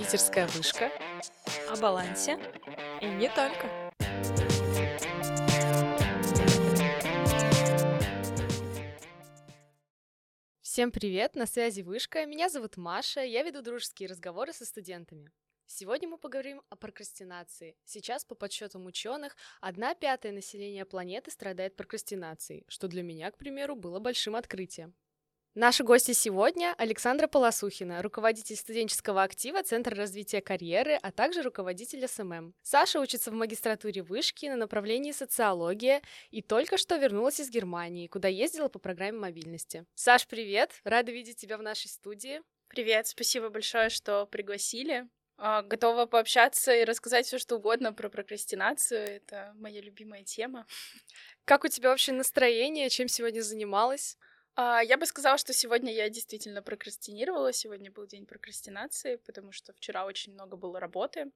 Питерская вышка О балансе. и не только. Всем привет, на связи Вышка, меня зовут Маша, я веду дружеские разговоры со студентами. Сегодня мы поговорим о прокрастинации. Сейчас, по подсчетам ученых, 1/5 населения планеты страдает прокрастинацией, что для меня, к примеру, было большим открытием. Наши гости сегодня Александра Полосухина, руководитель студенческого актива Центра развития карьеры, а также руководитель СММ. Саша учится в магистратуре вышки на направлении социология и только что вернулась из Германии, куда ездила по программе мобильности. Саш, привет! Рада видеть тебя в нашей студии. Привет, спасибо большое, что пригласили. Готова пообщаться и рассказать все, что угодно про прокрастинацию. Это моя любимая тема. Как у тебя вообще настроение? Чем сегодня занималась? Я бы сказала, что сегодня я действительно прокрастинировала. Сегодня был день прокрастинации, потому что вчера очень много было работы.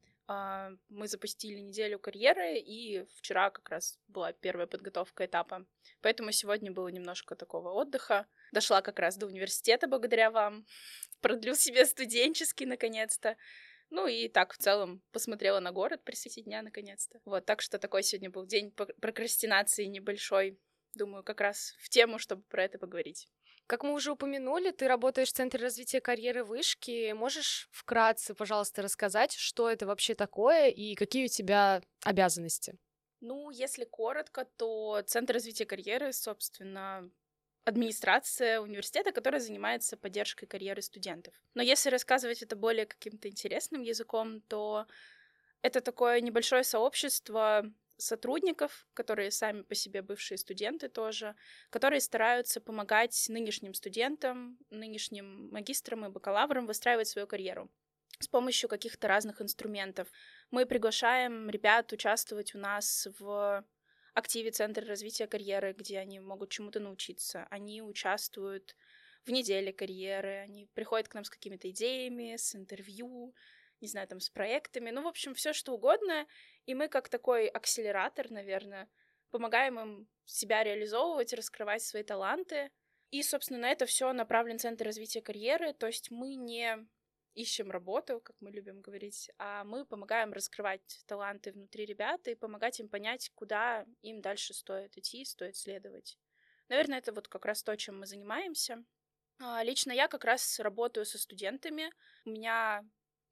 Мы запустили неделю карьеры, и вчера как раз была первая подготовка этапа. Поэтому сегодня было немножко такого отдыха. Дошла как раз до университета благодаря вам. Продлю себе студенческий наконец-то. Ну и так в целом посмотрела на город при свете дня наконец-то. Вот, так что такой сегодня был день прокрастинации небольшой. Думаю, как раз в тему, чтобы про это поговорить. Как мы уже упомянули, ты работаешь в Центре развития карьеры вышки. Можешь вкратце, пожалуйста, рассказать, что это вообще такое и какие у тебя обязанности? Ну, если коротко, то Центр развития карьеры, собственно, администрация университета, которая занимается поддержкой карьеры студентов. Но если рассказывать это более каким-то интересным языком, то это такое небольшое сообщество сотрудников, которые сами по себе бывшие студенты тоже, которые стараются помогать нынешним студентам, нынешним магистрам и бакалаврам выстраивать свою карьеру с помощью каких-то разных инструментов. Мы приглашаем ребят участвовать у нас в активе Центра развития карьеры, где они могут чему-то научиться. Они участвуют в неделе карьеры, они приходят к нам с какими-то идеями, с интервью, не знаю, там, с проектами. Ну, в общем, все что угодно. И мы, как такой акселератор, наверное, помогаем им себя реализовывать, раскрывать свои таланты. И, собственно, на это все направлен Центр развития карьеры. То есть мы не ищем работу, как мы любим говорить, а мы помогаем раскрывать таланты внутри ребят и помогать им понять, куда им дальше стоит идти, стоит следовать. Наверное, это вот как раз то, чем мы занимаемся. Лично я как раз работаю со студентами. У меня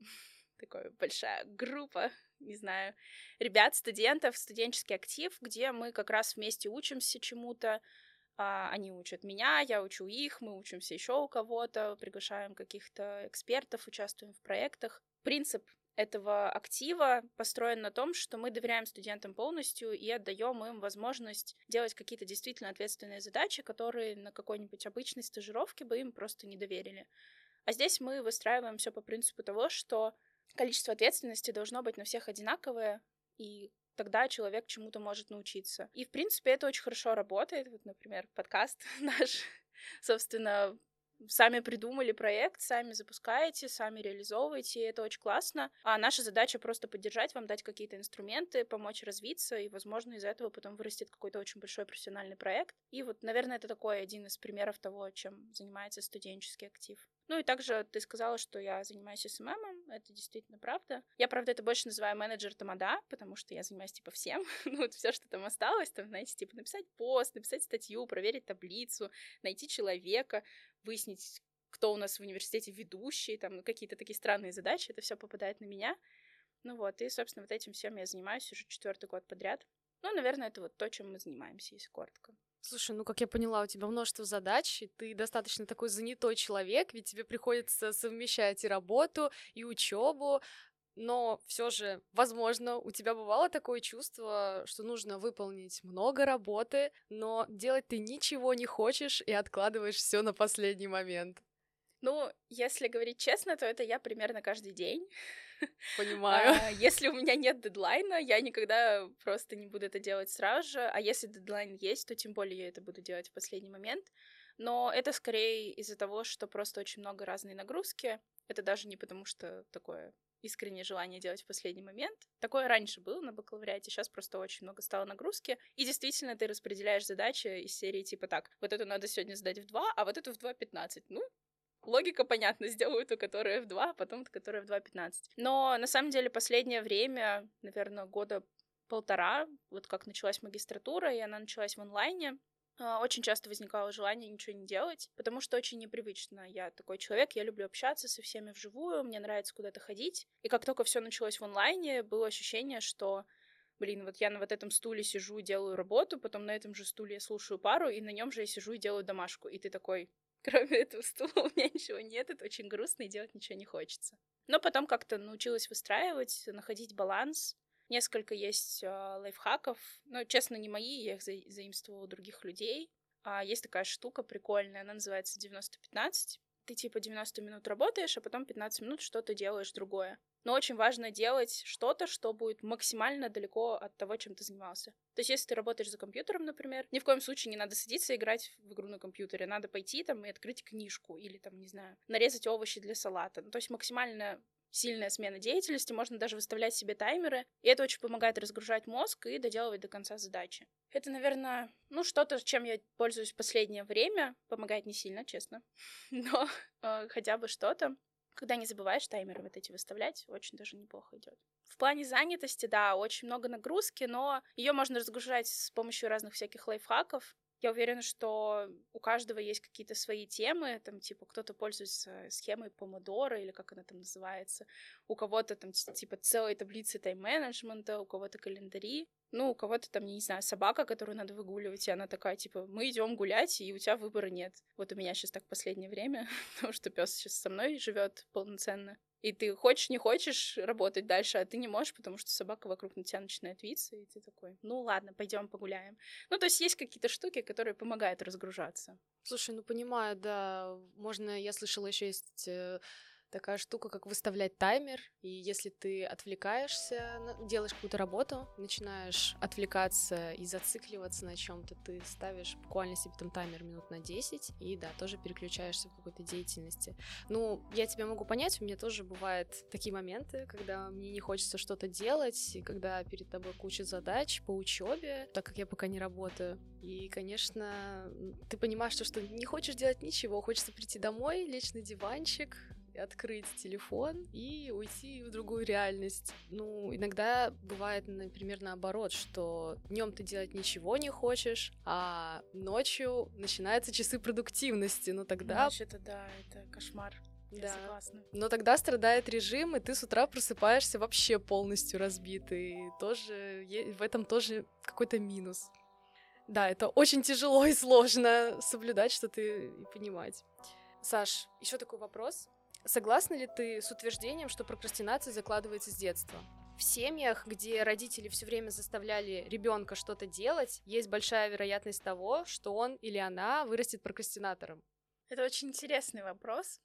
такая большая группа, не знаю, ребят, студентов, студенческий актив, где мы как раз вместе учимся чему-то. Они учат меня, я учу их, мы учимся еще у кого-то, приглашаем каких-то экспертов, участвуем в проектах. Принцип этого актива построен на том, что мы доверяем студентам полностью и отдаем им возможность делать какие-то действительно ответственные задачи, которые на какой-нибудь обычной стажировке бы им просто не доверили. А здесь мы выстраиваем все по принципу того, что количество ответственности должно быть на всех одинаковое, и тогда человек чему-то может научиться. И, в принципе, это очень хорошо работает. Вот, например, подкаст наш, собственно, сами придумали проект, сами запускаете, сами реализовываете, и это очень классно. А наша задача просто поддержать вам, дать какие-то инструменты, помочь развиться, и, возможно, из этого потом вырастет какой-то очень большой профессиональный проект. И вот, наверное, это такой один из примеров того, чем занимается студенческий актив. Ну и также ты сказала, что я занимаюсь СММом, это действительно правда. Я, правда, это больше называю менеджер тамада, потому что я занимаюсь типа всем. Ну вот все, что там осталось, там, знаете, типа написать пост, написать статью, проверить таблицу, найти человека, выяснить, кто у нас в университете ведущий, там какие-то такие странные задачи, это все попадает на меня. Ну вот, и, собственно, вот этим всем я занимаюсь уже 4-й год подряд. Ну, наверное, это вот то, чем мы занимаемся, если коротко. Слушай, ну, как я поняла, у тебя множество задач, и ты достаточно такой занятой человек, ведь тебе приходится совмещать и работу, и учебу, но все же, возможно, у тебя бывало такое чувство, что нужно выполнить много работы, но делать ты ничего не хочешь и откладываешь все на последний момент. Ну, если говорить честно, то это я примерно каждый день. Понимаю. Если у меня нет дедлайна, я никогда просто не буду это делать сразу же, а если дедлайн есть, то тем более я это буду делать в последний момент. Но это скорее из-за того, что просто очень много разной нагрузки. Это даже не потому, что такое искреннее желание делать в последний момент. Такое раньше было на бакалавриате, сейчас просто очень много стало нагрузки. И действительно, ты распределяешь задачи из серии типа так, вот эту надо сегодня сдать в 2, а вот эту в 2:15. Ну, логика понятна, сделаю ту, которая в 2, а потом ту, которая в 2:15. Но на самом деле последнее время, наверное, года полтора, вот как началась магистратура, и она началась в онлайне, очень часто возникало желание ничего не делать, потому что очень непривычно. Я такой человек, я люблю общаться со всеми вживую, мне нравится куда-то ходить. И как только все началось в онлайне, было ощущение, что, блин, вот я на вот этом стуле сижу и делаю работу, потом на этом же стуле я слушаю пару, и на нем же я сижу и делаю домашку. И ты такой, кроме этого стула у меня ничего нет, это очень грустно, и делать ничего не хочется. Но потом как-то научилась выстраивать, находить баланс. Несколько есть лайфхаков, но, честно, не мои, я их заимствовала у других людей. Есть такая штука прикольная, она называется 90-15. Ты типа 90 минут работаешь, а потом 15 минут что-то делаешь другое. Но очень важно делать что-то, что будет максимально далеко от того, чем ты занимался. То есть, если ты работаешь за компьютером, например, ни в коем случае не надо садиться и играть в игру на компьютере. Надо пойти там и открыть книжку или там, не знаю, нарезать овощи для салата. Ну, то есть максимально сильная смена деятельности, можно даже выставлять себе таймеры, и это очень помогает разгружать мозг и доделывать до конца задачи. Это, наверное, что-то, чем я пользуюсь в последнее время. Помогает не сильно, честно, но хотя бы что-то. Когда не забываешь таймеры вот эти выставлять, очень даже неплохо идет. В плане занятости, да, очень много нагрузки, но ее можно разгружать с помощью разных всяких лайфхаков. Я уверена, что у каждого есть какие-то свои темы, там, типа, кто-то пользуется схемой помодоро, или как она там называется, у кого-то там, типа, целые таблицы тайм-менеджмента, у кого-то календари, у кого-то там, не знаю, собака, которую надо выгуливать, и она такая, типа, мы идем гулять, и у тебя выбора нет. Вот у меня сейчас так в последнее время, потому что пес сейчас со мной живет полноценно. И ты хочешь, не хочешь работать дальше, а ты не можешь, потому что собака вокруг на тебя начинает виться, и ты такой, ладно, пойдем погуляем. То есть какие-то штуки, которые помогают разгружаться. Слушай, понимаю, да, можно, я слышала, еще есть такая штука, как выставлять таймер, и если ты отвлекаешься, делаешь какую-то работу, начинаешь отвлекаться и зацикливаться на чем-то, ты ставишь буквально себе там таймер минут на 10, и да, тоже переключаешься в какой-то деятельности. Я тебя могу понять, у меня тоже бывают такие моменты, когда мне не хочется что-то делать, и когда перед тобой куча задач по учебе, так как я пока не работаю. И, конечно, ты понимаешь, что не хочешь делать ничего, хочется прийти домой, лечь на диванчик, открыть телефон и уйти в другую реальность. Иногда бывает, например, наоборот, что днем ты делать ничего не хочешь, а ночью начинаются часы продуктивности. Тогда... Ночь это кошмар. Я согласна. Но тогда страдает режим, и ты с утра просыпаешься вообще полностью разбитый. И тоже в этом тоже какой-то минус. Да, это очень тяжело и сложно соблюдать что-то и понимать. Саш, еще такой вопрос. Согласна ли ты с утверждением, что прокрастинация закладывается с детства? В семьях, где родители все время заставляли ребенка что-то делать, есть большая вероятность того, что он или она вырастет прокрастинатором. Это очень интересный вопрос.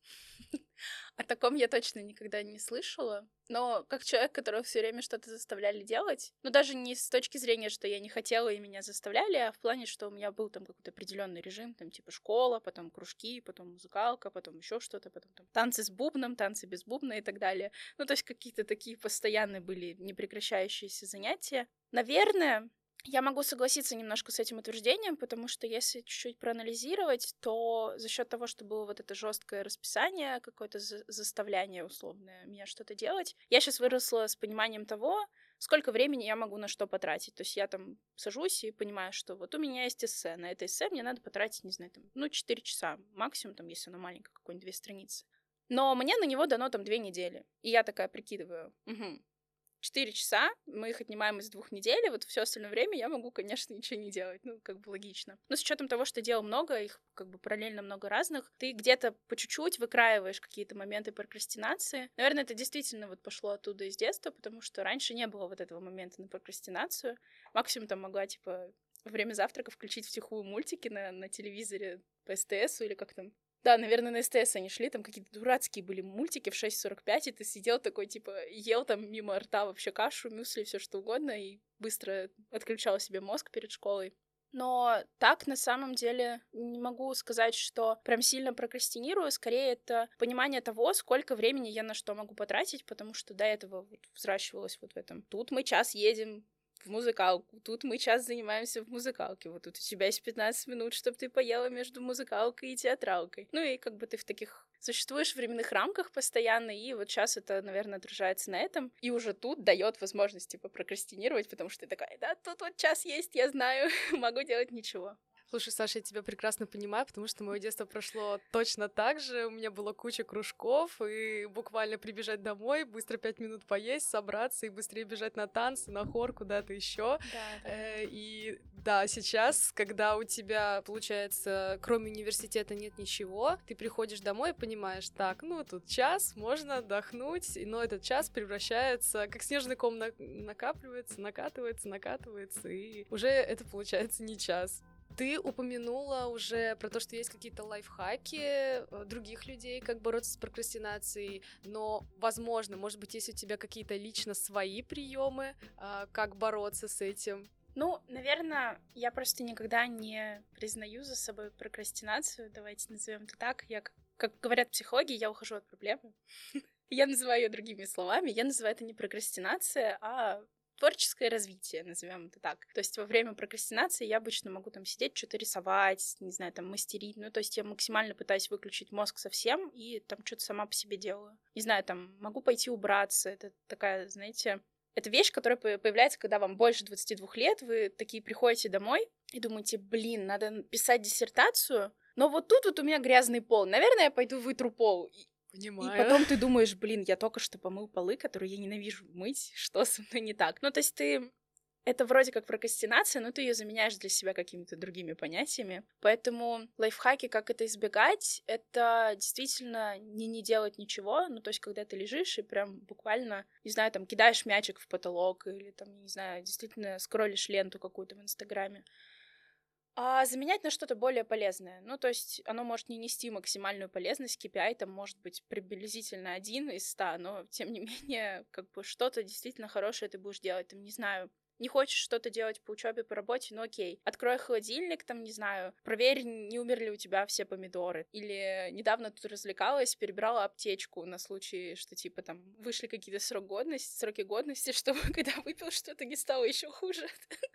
О таком я точно никогда не слышала. Но как человек, которого все время что-то заставляли делать, даже не с точки зрения, что я не хотела и меня заставляли, а в плане, что у меня был там какой-то определенный режим, там типа школа, потом кружки, потом музыкалка, потом еще что-то, потом там танцы с бубном, танцы без бубна и так далее. То есть какие-то такие постоянные были непрекращающиеся занятия. Наверное, я могу согласиться немножко с этим утверждением, потому что если чуть-чуть проанализировать, то за счет того, что было вот это жесткое расписание, какое-то заставляние условное меня что-то делать, я сейчас выросла с пониманием того, сколько времени я могу на что потратить. То есть я там сажусь и понимаю, что вот у меня есть эссе, на это эссе мне надо потратить, не знаю, 4 часа максимум, там, если оно маленькое, какое-нибудь 2 страницы. Но мне на него дано там 2 недели. И я такая прикидываю, 4 часа, мы их отнимаем из 2 недель, вот все остальное время я могу, конечно, ничего не делать, логично. Но с учетом того, что дел много, их параллельно много разных, ты где-то по чуть-чуть выкраиваешь какие-то моменты прокрастинации. Наверное, это действительно пошло оттуда из детства, потому что раньше не было вот этого момента на прокрастинацию. Максимум там могла, во время завтрака включить втихую мультики на телевизоре по СТС или как там. Да, наверное, на СТС они шли, там какие-то дурацкие были мультики в 6:45, и ты сидел такой, ел там мимо рта вообще кашу, мюсли, все что угодно, и быстро отключал себе мозг перед школой. Но так, на самом деле, не могу сказать, что прям сильно прокрастинирую, скорее это понимание того, сколько времени я на что могу потратить, потому что до этого взращивалась в этом. Тут мы час едем в музыкалку, тут мы час занимаемся в музыкалке, вот тут у тебя есть 15 минут, чтобы ты поела между музыкалкой и театралкой. Ну и как бы ты в таких существуешь в временных рамках постоянно, и вот сейчас это, наверное, отражается на этом, и уже тут дает возможность, типа, прокрастинировать, потому что ты такая, да, тут вот час есть, я знаю, могу делать ничего. Слушай, Саша, я тебя прекрасно понимаю, потому что мое детство прошло точно так же. У меня была куча кружков, и буквально прибежать домой, быстро 5 минут поесть, собраться и быстрее бежать на танцы, на хор, куда-то еще. Да. И да, сейчас, когда у тебя, получается, кроме университета нет ничего, ты приходишь домой и понимаешь, так, ну тут час, можно отдохнуть, но этот час превращается, как снежный ком накапливается, накатывается, и уже это получается не час. Ты упомянула уже про то, что есть какие-то лайфхаки других людей, как бороться с прокрастинацией, но, возможно, может быть, есть у тебя какие-то лично свои приемы, как бороться с этим? Ну, наверное, я просто никогда не признаю за собой прокрастинацию, давайте назовем это так. Я, как говорят психологи, я ухожу от проблемы. Я называю ее другими словами. Я называю это не прокрастинация, а творческое развитие, назовем это так. То есть во время прокрастинации я обычно могу там сидеть, что-то рисовать, не знаю, там мастерить. Ну, то есть я максимально пытаюсь выключить мозг совсем и там что-то сама по себе делаю. Не знаю, там могу пойти убраться. Это такая, знаете, это вещь, которая появляется, когда вам больше 22 лет, вы такие приходите домой и думаете, блин, надо писать диссертацию, но вот тут вот у меня грязный пол. Наверное, я пойду вытру пол. Понимаю. И потом ты думаешь, блин, я только что помыл полы, которые я ненавижу мыть, что со мной не так? Ну, то есть ты... Это вроде как прокрастинация, но ты ее заменяешь для себя какими-то другими понятиями. Поэтому лайфхаки, как это избегать, это действительно не делать ничего. Ну, то есть, когда ты лежишь и прям буквально, не знаю, там, кидаешь мячик в потолок или там, не знаю, действительно скроллишь ленту какую-то в Инстаграме. А заменять на что-то более полезное. Ну, то есть оно может не нести максимальную полезность, KPI там может быть приблизительно 1 из 100, но, тем не менее, как бы что-то действительно хорошее ты будешь делать. Там, не знаю, не хочешь что-то делать по учебе, по работе, ну окей. Открой холодильник, там, не знаю, проверь, не умерли у тебя все помидоры. Или недавно тут развлекалась, перебрала аптечку на случай, что, типа, там, вышли какие-то сроки годности, чтобы, когда выпил что-то, не стало еще хуже.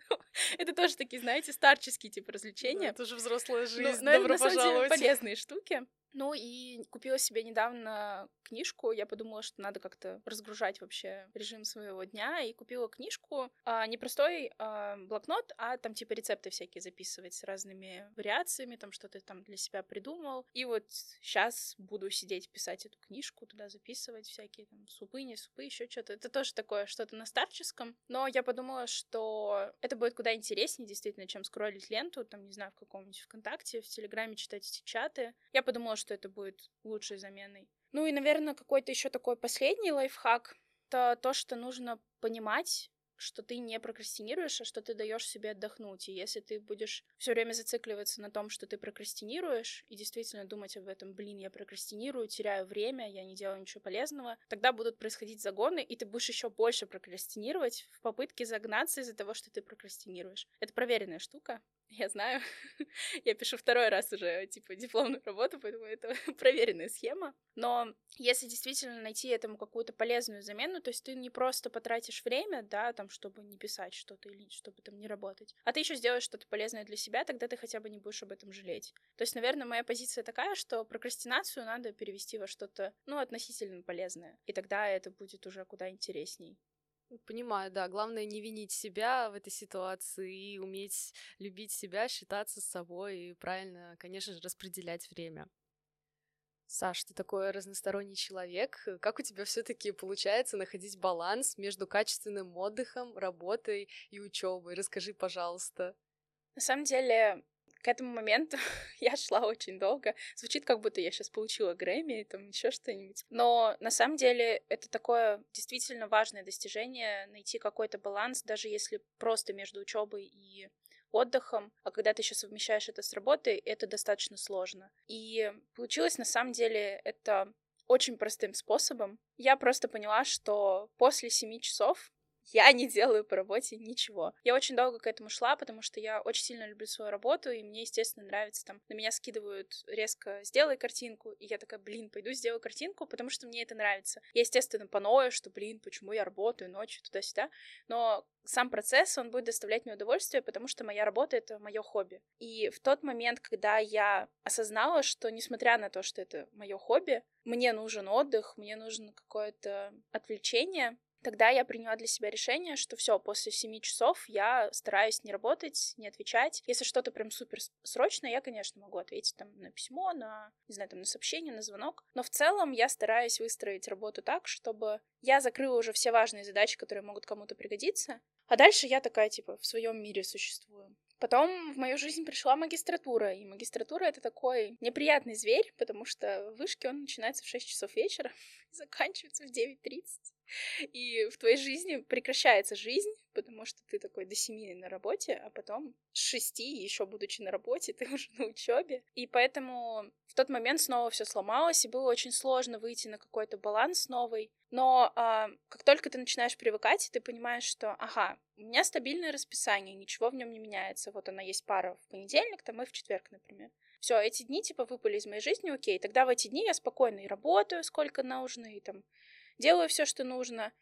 Это тоже такие, знаете, старческие, типа, развлечения. Это же взрослая жизнь, Но это, добро на самом деле, пожаловать. полезные штуки. Ну и купила себе недавно книжку. Я подумала, что надо как-то разгружать вообще режим своего дня. И купила книжку, не простой блокнот, а там типа рецепты всякие записывать с разными вариациями, там что-то там для себя придумал. И вот сейчас буду сидеть писать эту книжку, туда записывать всякие там супы, не супы, еще что-то. Это тоже такое что-то на старческом. Но я подумала, что это будет куда интереснее, действительно, чем скроллить ленту, там, не знаю, в каком-нибудь ВКонтакте, в Телеграме читать эти чаты. Я подумала, что это будет лучшей заменой. Ну и, наверное, какой-то еще такой последний лайфхак — это то, что нужно понимать, что ты не прокрастинируешь, а что ты даешь себе отдохнуть. И если ты будешь все время зацикливаться на том, что ты прокрастинируешь, и действительно думать об этом, блин, я прокрастинирую, теряю время, я не делаю ничего полезного, тогда будут происходить загоны, и ты будешь еще больше прокрастинировать в попытке загнаться из-за того, что ты прокрастинируешь. Это проверенная штука. Я знаю, я пишу второй раз уже, типа, дипломную работу, поэтому это проверенная схема. Но если действительно найти этому какую-то полезную замену, то есть ты не просто потратишь время, да, там, чтобы не писать что-то или чтобы там не работать, а ты еще сделаешь что-то полезное для себя, тогда ты хотя бы не будешь об этом жалеть. То есть, наверное, моя позиция такая, что прокрастинацию надо перевести во что-то, ну, относительно полезное, и тогда это будет уже куда интересней. Понимаю, да. Главное не винить себя в этой ситуации и уметь любить себя, считаться с собой и правильно, конечно же, распределять время. Саш, ты такой разносторонний человек. Как у тебя все-таки получается находить баланс между качественным отдыхом, работой и учебой? Расскажи, пожалуйста. На самом деле, к этому моменту я шла очень долго. Звучит, как будто я сейчас получила Грэмми и там еще что-нибудь. Но на самом деле это такое действительно важное достижение — найти какой-то баланс, даже если просто между учебой и отдыхом, а когда ты еще совмещаешь это с работой, это достаточно сложно. И получилось на самом деле это очень простым способом. Я просто поняла, что после 7 часов я не делаю по работе ничего. Я очень долго к этому шла, потому что я очень сильно люблю свою работу, и мне, естественно, нравится там, на меня скидывают резко «сделай картинку», и я такая, пойду сделаю картинку, потому что мне это нравится. Я, естественно, поною, что, почему я работаю ночью туда-сюда, но сам процесс, он будет доставлять мне удовольствие, потому что моя работа — это мое хобби. И в тот момент, когда я осознала, что, несмотря на то, что это мое хобби, мне нужен отдых, мне нужно какое-то отвлечение, тогда я приняла для себя решение, что все, после 7 часов я стараюсь не работать, не отвечать. Если что-то прям супер срочное, я, конечно, могу ответить там на письмо, не знаю, там на сообщение, на звонок. Но в целом я стараюсь выстроить работу так, чтобы я закрыла уже все важные задачи, которые могут кому-то пригодиться. А дальше я такая, в своем мире существую. Потом в мою жизнь пришла магистратура, и магистратура — это такой неприятный зверь, потому что в вышке он начинается в 6 часов вечера и заканчивается в 9:30. И в твоей жизни прекращается жизнь, потому что ты такой до 7 на работе, а потом с 6, еще будучи на работе, ты уже на учебе. И поэтому в тот момент снова все сломалось, и было очень сложно выйти на какой-то баланс новый. Но как только ты начинаешь привыкать, ты понимаешь, что, у меня стабильное расписание, ничего в нем не меняется. Вот она есть пара в понедельник, там и в четверг, например. Все, эти дни выпали из моей жизни, окей. Тогда в эти дни я спокойно и работаю, сколько нужно, и там делаю все, что нужно.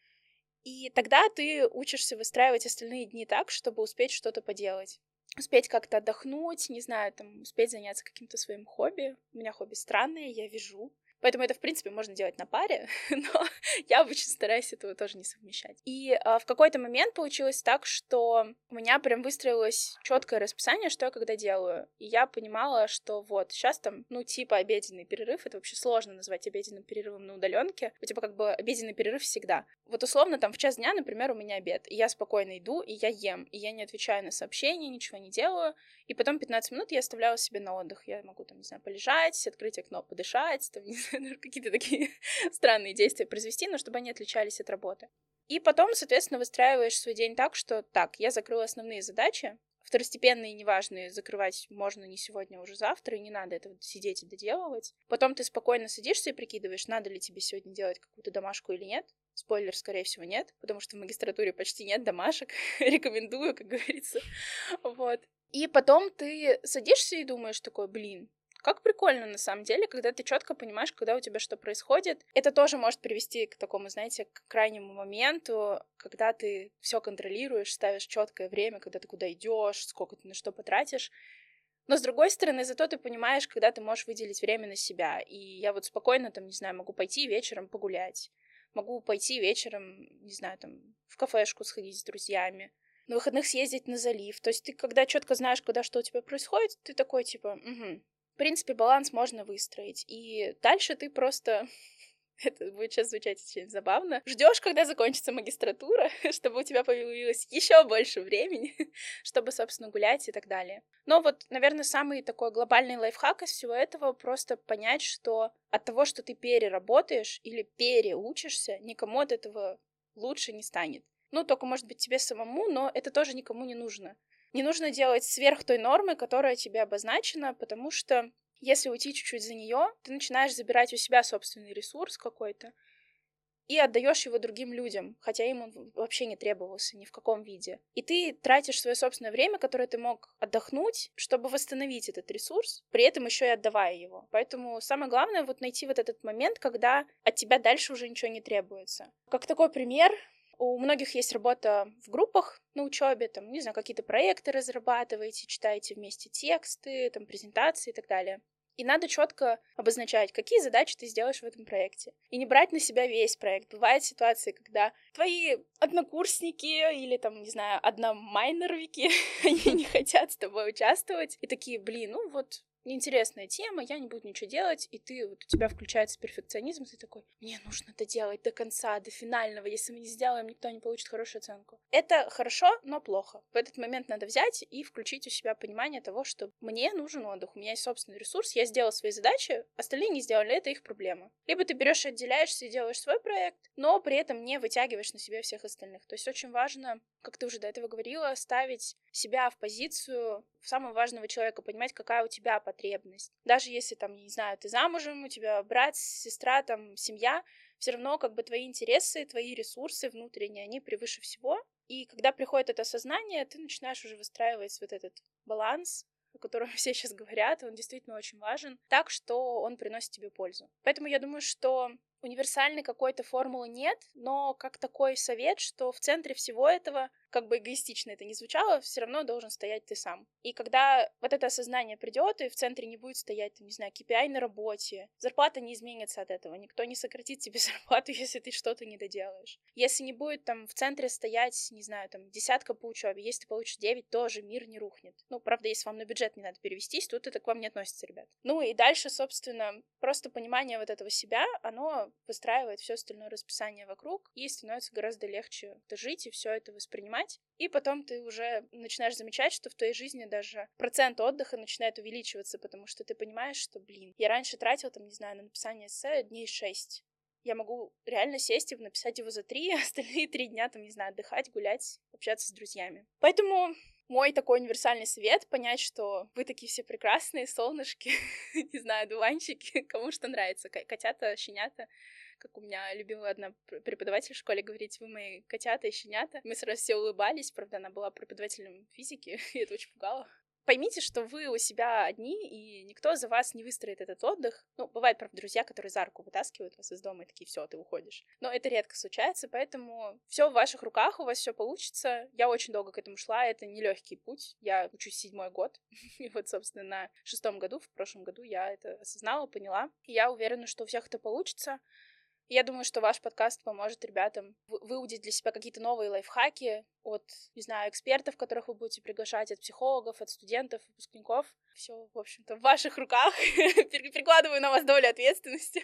И тогда ты учишься выстраивать остальные дни так, чтобы успеть что-то поделать. Успеть как-то отдохнуть, не знаю, там, успеть заняться каким-то своим хобби. У меня хобби странное, я вяжу. Поэтому это, в принципе, можно делать на паре, но я обычно стараюсь этого тоже не совмещать. И в какой-то момент получилось так, что у меня прям выстроилось четкое расписание, что я когда делаю. И я понимала, что вот сейчас там, обеденный перерыв, это вообще сложно назвать обеденным перерывом на удаленке. У тебя обеденный перерыв всегда. Вот условно там в час дня, например, у меня обед, и я спокойно иду, и я ем, и я не отвечаю на сообщения, ничего не делаю, и потом 15 минут я оставляла себе на отдых. Я могу там, не знаю, полежать, открыть окно, подышать, там, не знаю, какие-то такие странные действия произвести, но чтобы они отличались от работы. И потом, соответственно, выстраиваешь свой день так, что я закрыла основные задачи, второстепенные, неважные, закрывать можно не сегодня, а уже завтра, и не надо это сидеть и доделывать. Потом ты спокойно садишься и прикидываешь, надо ли тебе сегодня делать какую-то домашку или нет. Спойлер, скорее всего, нет, потому что в магистратуре почти нет домашек. Рекомендую, как говорится. Вот. И потом ты садишься и думаешь такой, как прикольно, на самом деле, когда ты четко понимаешь, когда у тебя что происходит. Это тоже может привести к такому, знаете, к крайнему моменту, когда ты все контролируешь, ставишь четкое время, когда ты куда идешь, сколько ты на что потратишь. Но, с другой стороны, зато ты понимаешь, когда ты можешь выделить время на себя. И я вот спокойно, там, не знаю, могу пойти вечером погулять. Могу пойти вечером, не знаю, там, в кафешку сходить с друзьями. На выходных съездить на залив. То есть ты, когда четко знаешь, когда что у тебя происходит, ты такой, угу. В принципе, баланс можно выстроить. И дальше ты просто... Это будет сейчас звучать очень забавно. Ждешь, когда закончится магистратура, чтобы у тебя появилось еще больше времени, чтобы, собственно, гулять и так далее. Но вот, наверное, самый такой глобальный лайфхак из всего этого — просто понять, что от того, что ты переработаешь или переучишься, никому от этого лучше не станет. Только, может быть, тебе самому, но это тоже никому не нужно. Не нужно делать сверх той нормы, которая тебе обозначена, потому что если уйти чуть-чуть за нее, ты начинаешь забирать у себя собственный ресурс какой-то и отдаешь его другим людям, хотя им он вообще не требовался ни в каком виде. И ты тратишь свое собственное время, которое ты мог отдохнуть, чтобы восстановить этот ресурс, при этом еще и отдавая его. Поэтому самое главное найти этот момент, когда от тебя дальше уже ничего не требуется. Как такой пример, у многих есть работа в группах на учебе, там, не знаю, какие-то проекты разрабатываете, читаете вместе тексты, там, презентации и так далее. И надо четко обозначать, какие задачи ты сделаешь в этом проекте. И не брать на себя весь проект. Бывают ситуации, когда твои однокурсники или, там, не знаю, одномайнеровики, они не хотят с тобой участвовать. И такие, неинтересная тема, я не буду ничего делать, и у тебя включается перфекционизм, ты такой, мне нужно это делать до конца, до финального, если мы не сделаем, никто не получит хорошую оценку. Это хорошо, но плохо. В этот момент надо взять и включить у себя понимание того, что мне нужен отдых, у меня есть собственный ресурс, я сделала свои задачи, остальные не сделали, это их проблема. Либо ты берешь и отделяешься и делаешь свой проект, но при этом не вытягиваешь на себя всех остальных. То есть очень важно, как ты уже до этого говорила, ставить себя в позицию самого важного человека, понимать, какая у тебя потребность. Даже если, там, не знаю, ты замужем, у тебя брат, сестра, там, семья, все равно как бы твои интересы, твои ресурсы внутренние, они превыше всего. И когда приходит это осознание, ты начинаешь уже выстраивать вот этот баланс, о котором все сейчас говорят, он действительно очень важен, так что он приносит тебе пользу. Поэтому я думаю, что универсальной какой-то формулы нет, но как такой совет, что в центре всего этого, как бы эгоистично это ни звучало, все равно должен стоять ты сам. И когда вот это осознание придет, и в центре не будет стоять, там, не знаю, KPI на работе, зарплата не изменится от этого, никто не сократит тебе зарплату, если ты что-то не доделаешь. Если не будет там в центре стоять, не знаю, там, 10 по учебе, если ты получишь 9, тоже мир не рухнет. Ну, правда, если вам на бюджет не надо перевестись, тут это к вам не относится, ребят. Ну и дальше, собственно, просто понимание вот этого себя, оно выстраивает все остальное расписание вокруг, и становится гораздо легче жить и все это воспринимать. И потом ты уже начинаешь замечать, что в твоей жизни даже процент отдыха начинает увеличиваться, потому что ты понимаешь, что, блин, я раньше тратил, там, не знаю, на написание эссе дней 6. Я могу реально сесть и написать его за 3, а остальные 3 дня, там, не знаю, отдыхать, гулять, общаться с друзьями. Поэтому мой такой универсальный совет — понять, что вы такие все прекрасные, солнышки, не знаю, дуванчики, кому что нравится, котята, щенята. Как у меня любила одна преподаватель в школе говорить: вы мои котята и щенята. Мы сразу все улыбались, правда, она была преподавателем физики, и это очень пугало. Поймите, что вы у себя одни, и никто за вас не выстроит этот отдых. Ну, бывает, правда, друзья, которые за руку вытаскивают вас из дома и такие: все, ты уходишь. Но это редко случается, поэтому все в ваших руках, у вас все получится. Я очень долго к этому шла, это нелегкий путь. Я учусь 7-й год, и вот, собственно, на 6-м году, в прошлом году, я это осознала, поняла. И я уверена, что у всех это получится. Я думаю, что ваш подкаст поможет ребятам выудить для себя какие-то новые лайфхаки от, не знаю, экспертов, которых вы будете приглашать, от психологов, от студентов, выпускников. Все, в общем-то, в ваших руках. Прикладываю на вас долю ответственности.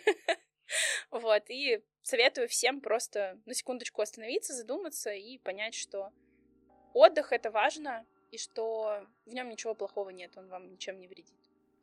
Вот, и советую всем просто на секундочку остановиться, задуматься и понять, что отдых — это важно, и что в нем ничего плохого нет, он вам ничем не вредит.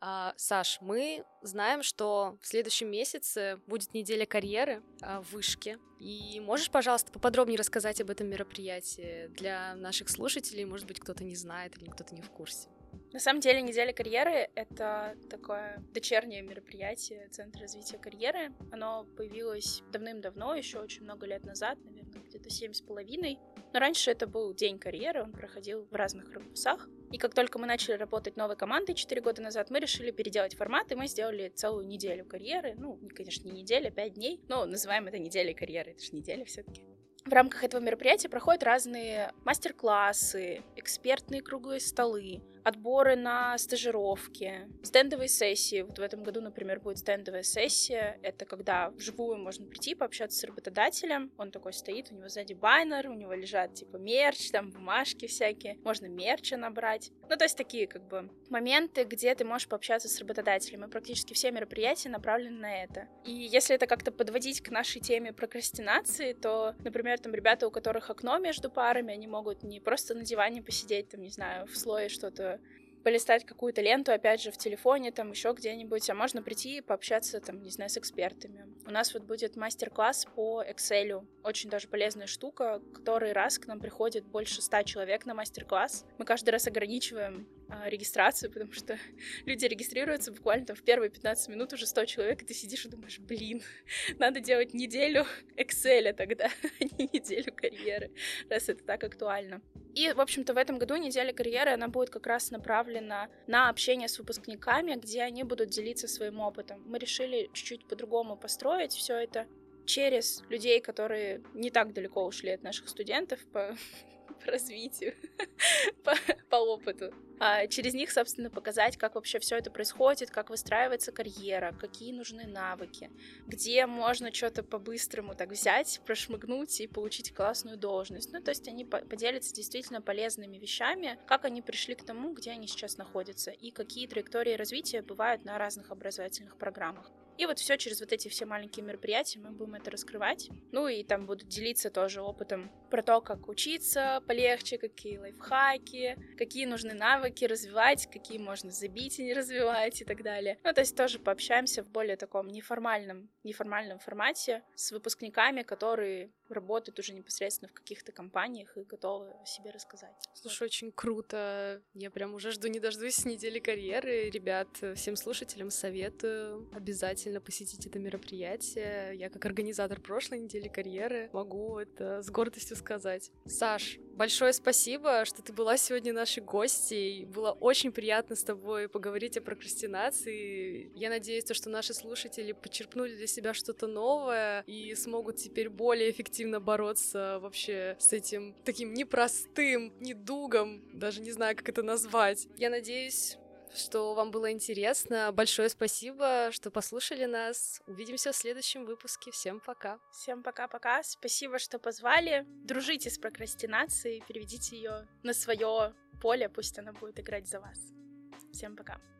Саш, мы знаем, что в следующем месяце будет неделя карьеры в Вышке. И можешь, пожалуйста, поподробнее рассказать об этом мероприятии для наших слушателей? Может быть, кто-то не знает или кто-то не в курсе. На самом деле, неделя карьеры — это такое дочернее мероприятие Центра развития карьеры. Оно появилось давным-давно, еще очень много лет назад, наверное, где-то 7,5. Но раньше это был день карьеры, он проходил в разных корпусах. И как только мы начали работать новой командой 4 года назад, мы решили переделать формат, и мы сделали целую неделю карьеры. Ну, конечно, не неделя, 5 дней, но называем это неделей карьеры, это же неделя все-таки. В рамках этого мероприятия проходят разные мастер-классы, экспертные круглые столы, отборы на стажировки, стендовые сессии. Вот в этом году, например, будет стендовая сессия. Это когда вживую можно прийти, пообщаться с работодателем. Он такой стоит, у него сзади баннер, у него лежат типа мерч, там бумажки всякие. Можно мерча набрать. Ну, то есть такие как бы моменты, где ты можешь пообщаться с работодателем. И практически все мероприятия направлены на это. И если это как-то подводить к нашей теме прокрастинации, то, например, там ребята, у которых окно между парами, они могут не просто на диване посидеть, там, не знаю, в слое что-то полистать, какую-то ленту, опять же, в телефоне, там, еще где-нибудь, а можно прийти и пообщаться, там, не знаю, с экспертами. У нас вот будет мастер-класс по Excel, очень даже полезная штука, который раз к нам приходит больше 100 человек на мастер-класс. Мы каждый раз ограничиваем регистрацию, потому что люди регистрируются буквально там в первые 15 минут, уже 100 человек, и ты сидишь и думаешь: блин, надо делать неделю Excel тогда, а не неделю карьеры, раз это так актуально. И, в общем-то, в этом году неделя карьеры, она будет как раз направлена на общение с выпускниками, где они будут делиться своим опытом. Мы решили чуть-чуть по-другому построить все это через людей, которые не так далеко ушли от наших студентов по развитию, по опыту. А через них, собственно, показать, как вообще все это происходит, как выстраивается карьера, какие нужны навыки, где можно что-то по-быстрому так взять, прошмыгнуть и получить классную должность. Ну, то есть они поделятся действительно полезными вещами, как они пришли к тому, где они сейчас находятся, и какие траектории развития бывают на разных образовательных программах. И вот все через вот эти все маленькие мероприятия мы будем это раскрывать. Ну и там будут делиться тоже опытом про то, как учиться полегче, какие лайфхаки, какие нужны навыки развивать, какие можно забить и не развивать и так далее. Ну, то есть тоже пообщаемся в более таком неформальном формате с выпускниками, которые работают уже непосредственно в каких-то компаниях и готовы о себе рассказать. Слушай, очень круто. Я прям уже жду не дождусь недели карьеры. Ребят, всем слушателям советую обязательно обязательно посетить это мероприятие. Я как организатор прошлой недели карьеры могу это с гордостью сказать. Саш, большое спасибо, что ты была сегодня нашей гостьей. Было очень приятно с тобой поговорить о прокрастинации. Я надеюсь, что наши слушатели почерпнули для себя что-то новое и смогут теперь более эффективно бороться вообще с этим таким непростым недугом. Даже не знаю, как это назвать. Я надеюсь, что вам было интересно. Большое спасибо, что послушали нас. Увидимся в следующем выпуске. Всем пока. Всем пока-пока. Спасибо, что позвали. Дружите с прокрастинацией, переведите ее на свое поле, пусть она будет играть за вас. Всем пока.